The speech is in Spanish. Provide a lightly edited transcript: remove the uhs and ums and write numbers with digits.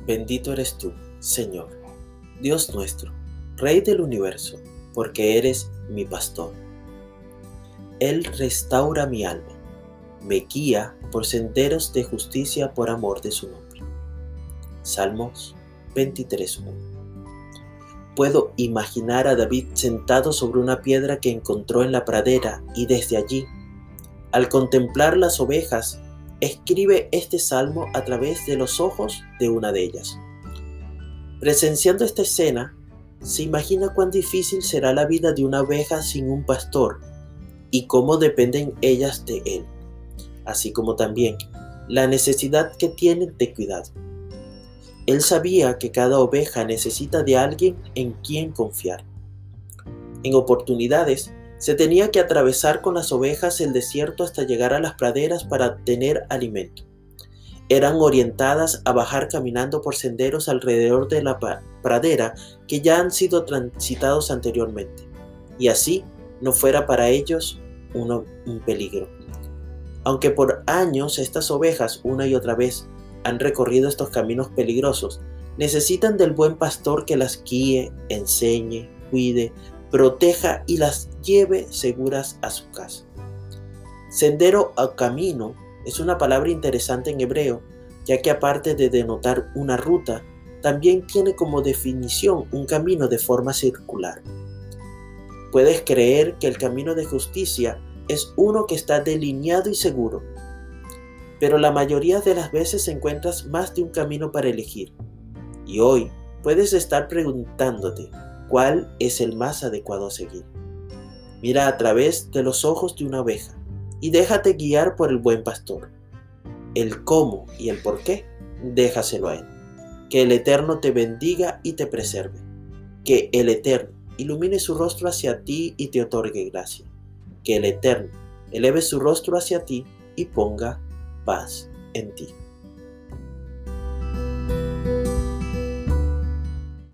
Bendito eres tú, Señor, Dios nuestro, Rey del universo, porque eres mi pastor. Él restaura mi alma, me guía por senderos de justicia por amor de su nombre. Salmos 23:1. Puedo imaginar a David sentado sobre una piedra que encontró en la pradera y desde allí, al contemplar las ovejas, escribe este salmo a través de los ojos de una de ellas. Presenciando esta escena, se imagina cuán difícil será la vida de una oveja sin un pastor y cómo dependen ellas de él, así como también la necesidad que tienen de cuidado. Él sabía que cada oveja necesita de alguien en quien confiar. En oportunidades, se tenía que atravesar con las ovejas el desierto hasta llegar a las praderas para obtener alimento. Eran orientadas a bajar caminando por senderos alrededor de la pradera que ya han sido transitados anteriormente, y así no fuera para ellos un peligro. Aunque por años estas ovejas una y otra vez han recorrido estos caminos peligrosos, necesitan del buen pastor que las guíe, enseñe, cuide, proteja y las lleve seguras a su casa. Sendero o camino es una palabra interesante en hebreo, ya que aparte de denotar una ruta, también tiene como definición un camino de forma circular. Puedes creer que el camino de justicia es uno que está delineado y seguro, pero la mayoría de las veces encuentras más de un camino para elegir. Y hoy puedes estar preguntándote, ¿cuál es el más adecuado a seguir? Mira a través de los ojos de una oveja y déjate guiar por el buen pastor. El cómo y el por qué, déjaselo a él. Que el Eterno te bendiga y te preserve. Que el Eterno ilumine su rostro hacia ti y te otorgue gracia. Que el Eterno eleve su rostro hacia ti y ponga paz en ti.